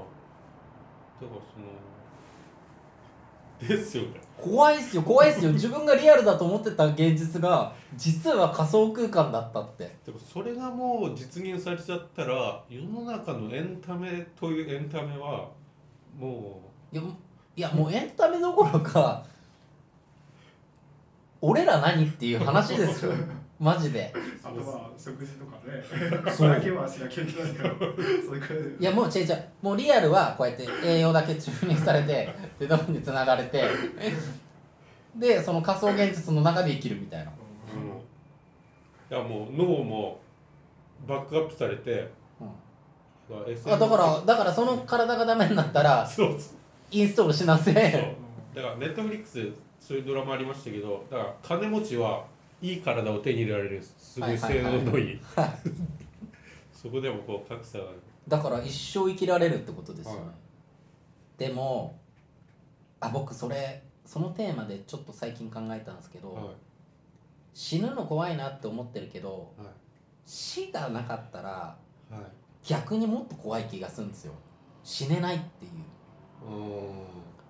そのですよね。 怖いっすよ自分がリアルだと思ってた現実が実は仮想空間だったって。 でもそれがもう実現されちゃったら、世の中のエンタメというエンタメはもういやもうエンタメどころか俺ら何っていう話ですよマジで。 あとは食事とかねそれだけはしなきゃいけないけどそれくらい。 いやもう違うもうリアルはこうやって栄養だけ注入されてで脳につながれてでその仮想現実の中で生きるみたいな、 いやもう脳もバックアップされて、 だからその体がダメになったらインストールしなせ。 だからネットフリックスそういうドラマありましたけど、だから金持ちはいい体を手に入れられるすごい性能のいいそこでもこう格差がある。 だから一生生きられるってことですよね、でも僕そのテーマでちょっと最近考えたんですけど、死ぬの怖いなって思ってるけど、死がなかったら、逆にもっと怖い気がするんですよ。死ねないっていう、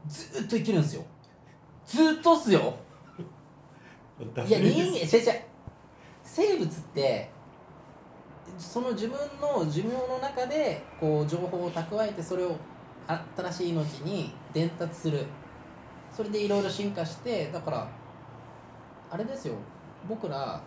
ずっと生きるんですよ。ずっとっすよいや人間生物ってその自分の寿命の中でこう情報を蓄えてそれを新しい命に伝達する。それでいろいろ進化して、だからあれですよ、僕ら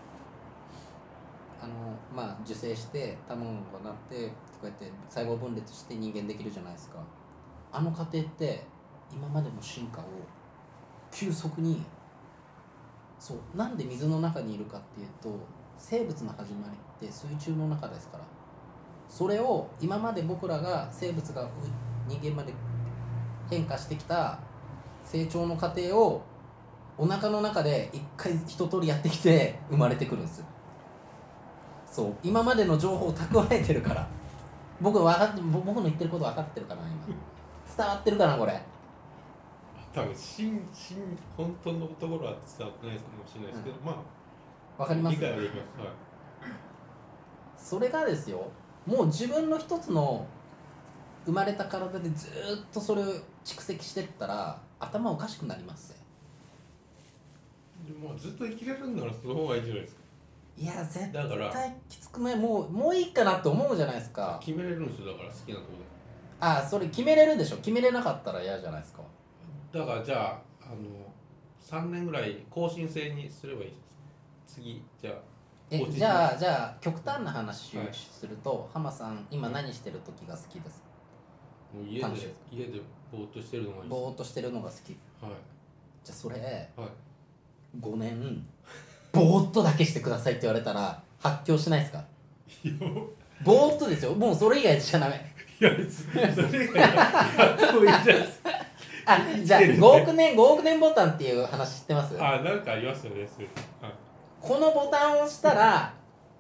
受精して卵がなってこうやって細胞分裂して人間できるじゃないですか。あの過程って今までの進化を急速に、そうなんで水の中にいるかっていうと、生物の始まりって水中の中ですから、それを今まで僕らが生物が人間まで変化してきた成長の過程をお腹の中で一回一通りやってきて生まれてくるんですよ。そう今までの情報を蓄えてるから。僕の言ってること分かってるかな、今伝わってるかなこれ。 多分本当のところは伝わってないかもしれないですけど、 分かります。 理解はできます。 それがですよ、もう自分の一つの生まれた体でずっとそれを蓄積してったら頭おかしくなりますね。 もうずっと生きれるんならその方がいいじゃないですか。 いや絶対きつくない。もういいかなって思うじゃないですか。 決めれるんですよ、だから好きなところで。 それ決めれるでしょ。決めれなかったら嫌じゃないですか。 だからじゃあ3年ぐらい更新制にすればいいです。次じゃあ極端な話をすると、浜さん今何してる時が好きですか？ もう家でぼーっとしてるのがいいです。 ぼーっとしてるのが好き。 はい。 じゃあそれ、5年ぼーっとだけしてくださいって言われたら発狂しないですか？ぼーっとですよ。もうそれ以外じゃダメ。 いや別にそれ以外発狂いいじゃないですか。 じゃあ5億年ボタンっていう話知ってます？ なんかありますよね、それ。 このボタンを押したら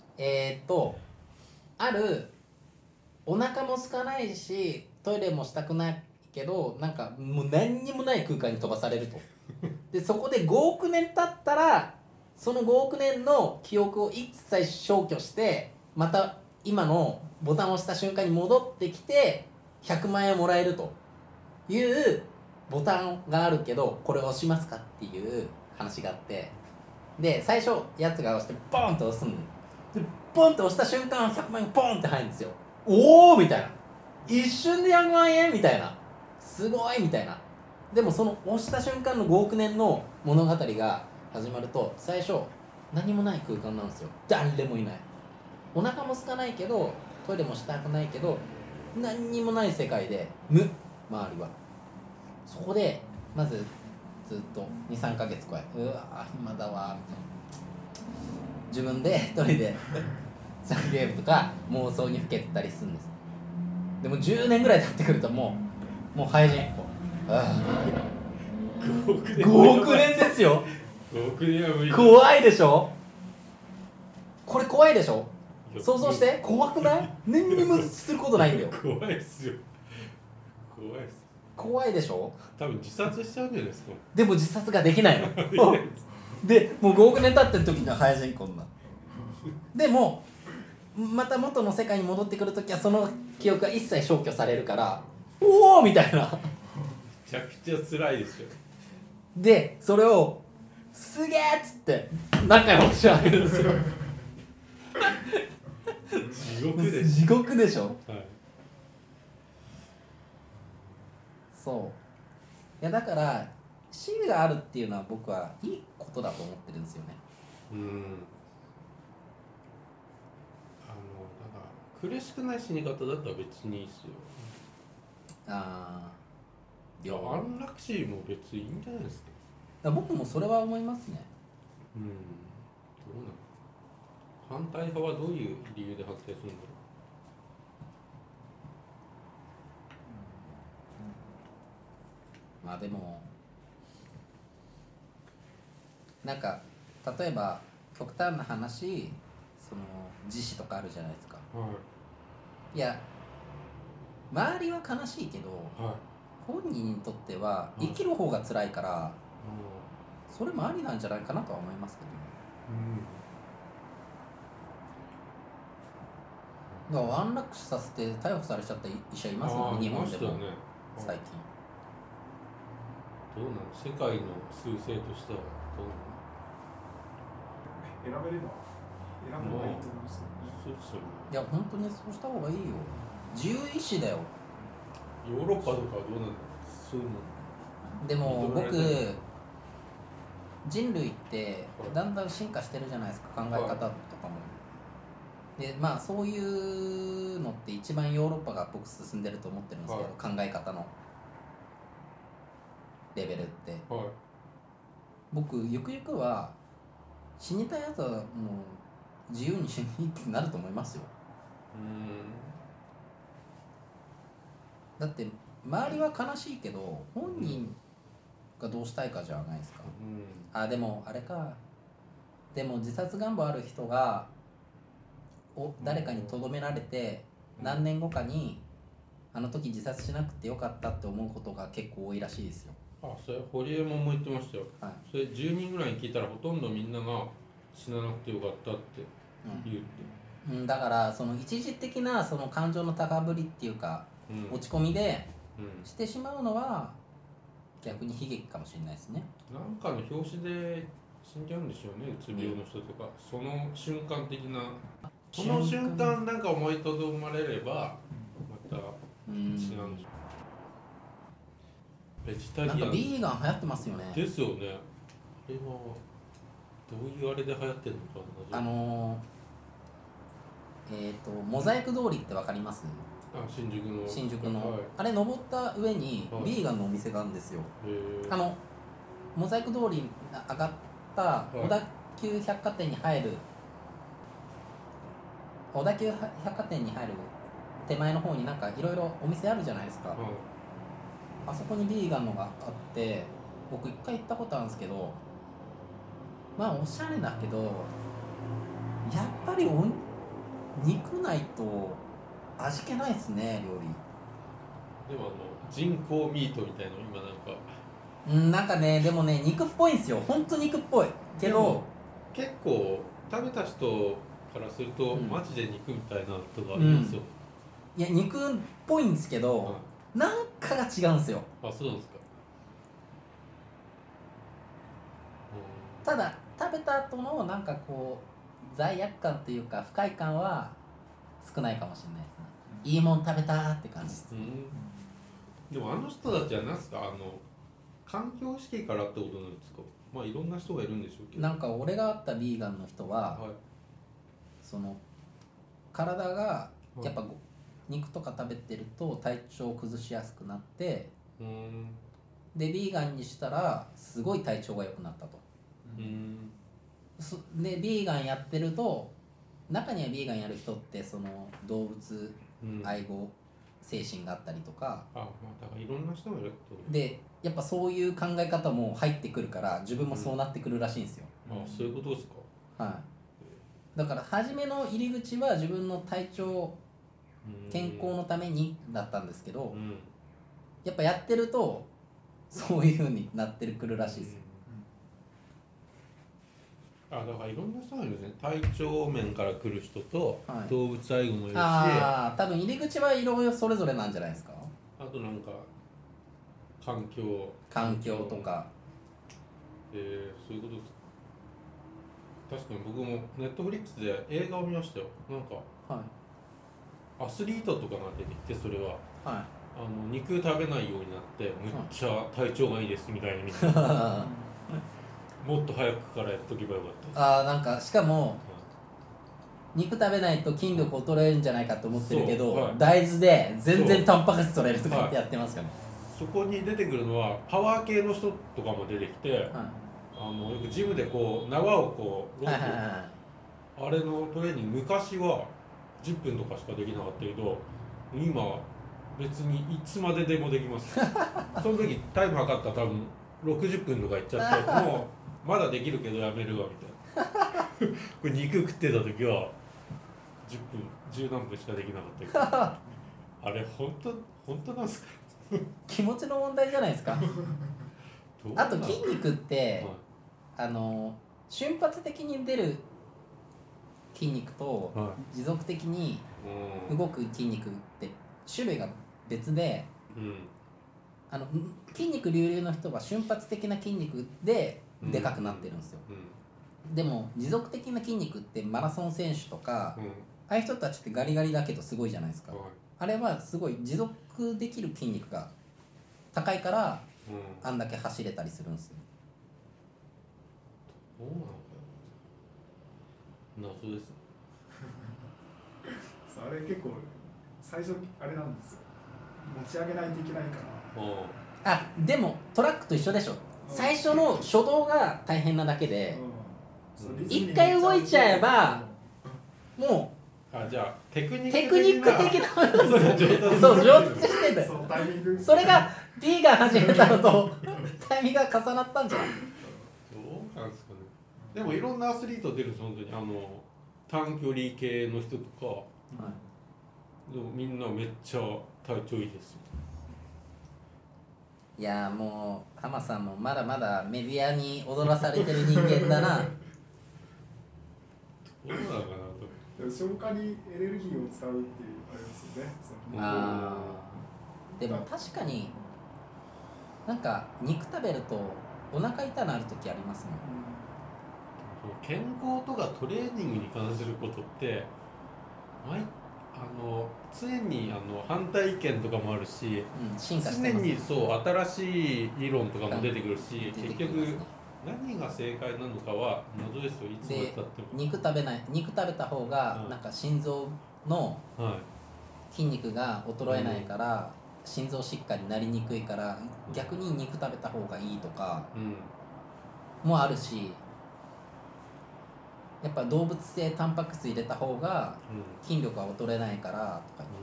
あるお腹も空かないしトイレもしたくないけどなんかもう何にもない空間に飛ばされると。でそこで5億年経ったらその5億年の記憶を一切消去してまた今のボタンを押した瞬間に戻ってきて100万円もらえるというボタンがあるけど、これを押しますかっていう話があって、で最初やつが押してポンと押すんで、ポンと押した瞬間100万円ポンって入るんですよ。おーみたいな、一瞬で100万円みたいな、すごいみたいな。でもその押した瞬間の5億年の物語が始まると最初何もない空間なんですよ。誰もいない、お腹も空かないけどトイレもしたくないけど何にもない世界で周りは。そこでまずずっと 2,3 ヶ月うわ暇だわみたいな、自分で一人でゲームとか妄想にふけたりするんです。でも10年ぐらい経ってくるともう廃人5億年ですよ。 5億年は無理。 怖いでしょ。これ怖いでしょ。想像して怖くない？何にもすることないんだよ。 怖いっすよ。怖いっす。 怖いでしょ。 多分自殺しちゃうんじゃないですか。 でも自殺ができないの。でもう5億年経ってる時には廃人こんな。でもまた元の世界に戻ってくる時はその記憶が一切消去されるからおおみたいな。めちゃくちゃ辛いですよ。 でそれをすげえっつって仲良くしてあげるんですよ。地獄でしょ、はい、そういやだから死があるっていうのは僕はいいこことだと思ってるんですよね。 だから苦しくない死に方だったら別にいいっすよ。いや安楽死も別にいいんじゃないですか。 僕もそれは思いますね。 どうなの。反対派はどういう理由で反対するんだろう。まあでもなんか例えば極端な話、その自死とかあるじゃないですか。いや周りは悲しいけど、本人にとっては生きる方が辛いから、それもありなんじゃないかなとは思いますけどね。だから安楽死させて逮捕されちゃった医者いますもんね、日本でも、最近。 どうなの、世界の趨勢としてはどうなの。 選べれば選べばいいと思いますよね。 そうですよね。 いや本当にそうした方がいいよ。自由意志だよ。 ヨーロッパとかはどうなんだろう。そういうのでも僕人類ってだんだん進化してるじゃないですか、考え方とかも。でまあそういうのって一番ヨーロッパが僕進んでると思ってるんですけど、考え方のレベルって、僕ゆくゆくは死にたいやつはもう自由に死にってなると思いますよ。だって周りは悲しいけど本人がどうしたいかじゃないですか。でもあれか、でも自殺願望ある人が誰かにとどめられて何年後かにあの時自殺しなくてよかったって思うことが結構多いらしいですよ。 それ堀江も言ってましたよ。それ10人ぐらいに聞いたらほとんどみんなが死ななくてよかったって言うって、 だからその一時的なその感情の高ぶりっていうか、落ち込みでしてしまうのは逆に悲劇かもしれないですね。 なんかの拍子で死んじゃうんでしょうね、うつ病の人とか、その瞬間的な、その瞬間なんか思いとどまれればまた違うんでしょう。ベジタリアンなんかビーガン流行ってますよね。 ですよね。あれはどういうあれで流行ってるのかな。 モザイク通りってわかります？新宿の、あれ登った上にビーガンのお店があるんですよ。モザイク通りに上がった小田急百貨店に入る手前の方になんかいろいろお店あるじゃないですか。あそこにビーガンのがあって、僕一回行ったことあるんですけど、まあおしゃれだけどやっぱり肉ないと味気ないですね、料理。でも人工ミートみたいなの今なんかね、でもね肉っぽいんですよ、本当肉っぽいけど、 結構食べた人からすると、マジで肉みたいなとかありますよ。 いや肉っぽいんですけど、なんかが違うんですよ。 そうですか。 ただ食べた後のなんかこう罪悪感っていうか不快感は少ないかもしれないですね。いいもん食べたって感じです。 でもあの人たちは何ですか、環境意識からってことなんですか。まあいろんな人がいるんでしょうけど、 なんか俺が会ったビーガンの人は、その体がやっぱ肉とか食べてると体調を崩しやすくなって、でビーガンにしたらすごい体調が良くなったと。でビーガンやってると、中にはビーガンやる人ってその動物愛護精神があったりとか、 だからいろんな人がいるってことで、やっぱそういう考え方も入ってくるから自分もそうなってくるらしいんですよ。 そういうことですか。 はい。だから初めの入り口は自分の体調健康のためにだったんですけど、やっぱやってるとそういう風になってくるらしいですよ。 だからいろんな人がいるんですね。体調面から来る人と、動物愛護もいるし、 多分入り口はいろいろそれぞれなんじゃないですか。 あとなんか環境とか、 そういうことですか。確かに僕もネットフリックスで映画を見ましたよ。なんか、アスリートとかが出てきて、それは、肉食べないようになってむっちゃ体調がいいですみたいなもっと早くからやっとけばよかったです。 なんかしかも、肉食べないと筋力衰えるんじゃないかと思ってるけど、はい、大豆で全然タンパク質取れるとかってやってますよね。 そこに出てくるのはパワー系の人とかも出てきて、はい、よくジムでこう縄をこうロープ、あれのトレーニング昔は10分とかしかできなかったけど、今別にいつまででもできますその時タイム測ったら多分60分とかいっちゃってもうまだできるけどやめるわみたいなこれ肉食ってた時は10分10何分しかできなかったけどあれ本当なんすか気持ちの問題じゃないですかあと筋肉って、はい、瞬発的に出る筋肉と、はい、持続的に動く筋肉って種類が別で、うん、筋肉隆々の人は瞬発的な筋肉ででかくなってるんですよ、うん、でも持続的な筋肉ってマラソン選手とか、うん、ああいう人たちってガリガリだけどすごいじゃないですか、はい、あれはすごい持続できる筋肉が高いから、うん、あんだけ走れたりするんですよ。 どうなのかな謎ですあれ結構最初あれなんですよ、持ち上げないといけないからでもトラックと一緒でしょ、最初の初動が大変なだけで、一回動いちゃえばもうじゃあテクニック的なそう上達してんだよそれが P が始めたのとタイミングが重なったんじゃない。 そうなんですかね。でもいろんなアスリート出るんです本当に短距離系の人とか、はい、でもみんなめっちゃ体調いいですよ。 いやもう浜さんもまだまだメディアに踊らされてる人間だなどうなのかなと。 消化にエネルギーを使うっていうあれですよね。でも確かになんか肉食べるとお腹痛なる時ありますもん、 健康とかトレーニングに関することって常に反対意見とかもあるし、 進化してますね、常にそう新しい理論とかも出てくるし、結局何が正解なのかは謎ですよ。いつまで経っても肉食べた方がなんか心臓の筋肉が衰えないから、心臓疾患になりにくいから逆に肉食べた方がいいとかもあるし、やっぱ動物性タンパク質入れた方が筋力が衰えないからとか、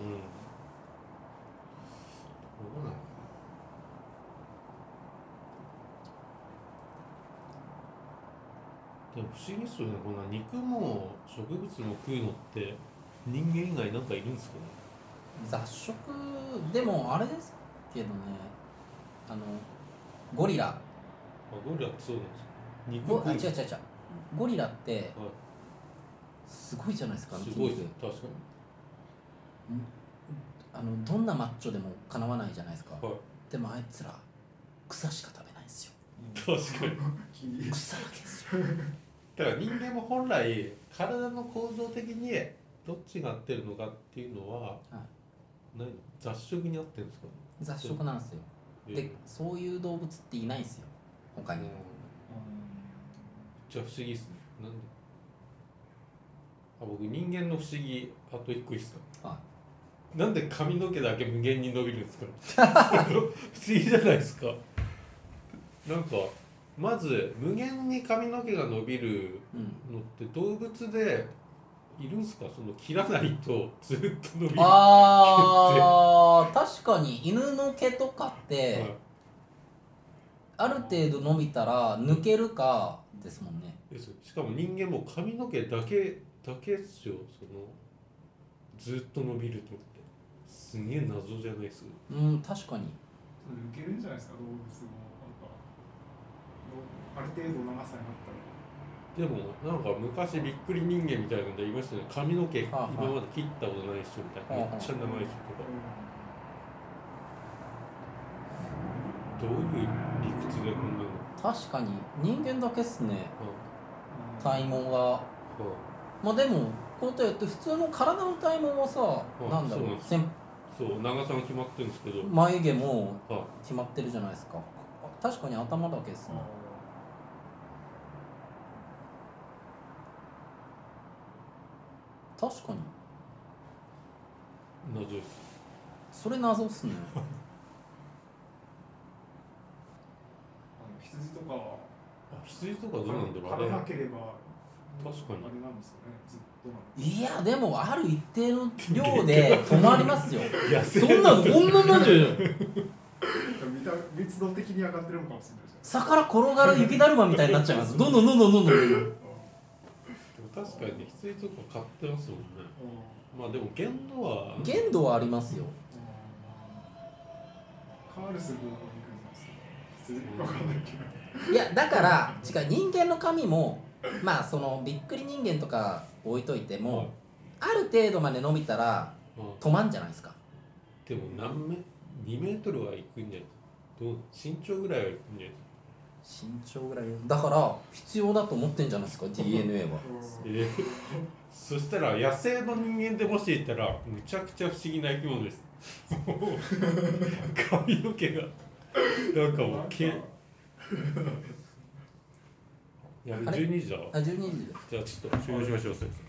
でも不思議ですよね。こんな肉も植物も食うのって人間以外なんかいるんですかね。 雑食でもあれですけどね、ゴリラゴリラってそうなんですか。 肉食う。違うゴリラってすごいじゃないですか。 すごいですよ、確かに。どんなマッチョでもかなわないじゃないですか、 はい、 でもあいつら草しか食べないんですよ。 確かに草だけですよだから人間も本来体の構造的にどっちが合ってるのかっていうのは、雑食に合ってるんですか。 雑食なんですよ。でそういう動物っていないんですよ他に。 じゃあ不思議ですね。なんで僕人間の不思議あと一個いいですか。なんで髪の毛だけ無限に伸びるんですか不思議じゃないですか。なんかまず無限に髪の毛が伸びるのって動物でいるんですか。その切らないとずっと伸びる。 確かに犬の毛とかって、ある程度伸びたら抜けるかですもんね。 しかも人間も髪の毛だけですよ。ずっと伸びるとってすげえ謎じゃないですか。 確かに抜けるんじゃないですか動物も。ある程度長さになったら。 でもなんか昔びっくり人間みたいなので言いましたね。髪の毛今まで切ったことない人みたいな、めっちゃ長い人とか、どういう理屈でこんなの。 確かに人間だけっすね、体毛が、まあでもこうやって普通の体の体毛はさ、なんだろう、 そう長さが決まってるんですけど、 眉毛も決まってるじゃないですか。確かに頭だけですね。 確かに謎です。 それ謎っすね。 羊とかは羊とかどうなんだろう。 狩らなければ確かにあれなんですよね。ずっといやでもある一定の量で止まりますよ。 いやそんなのこんなになっちゃうじゃん。 密度的に上がってるのかもしれない。 逆ら転がる雪だるまみたいになっちゃいます。どんどん確かに羊とか買ってますもんね。まあでも限度はありますよ。 カールスどこに行くんですか。わかんないけど。いやだから人間の髪もまあそのびっくり人間とか置いといても、ある程度まで伸びたら止まんじゃないですか。 でも2メートルは行くんじゃないですか。身長ぐらいは行くんじゃないですか。 身長ぐらいだから必要だと思ってんじゃないですかDNA は。 そしたら野生の人間でもしいたらむちゃくちゃ不思議な生き物です。髪の毛がなんかもう12時だ。 12時だ。 じゃあちょっと終了しましょう。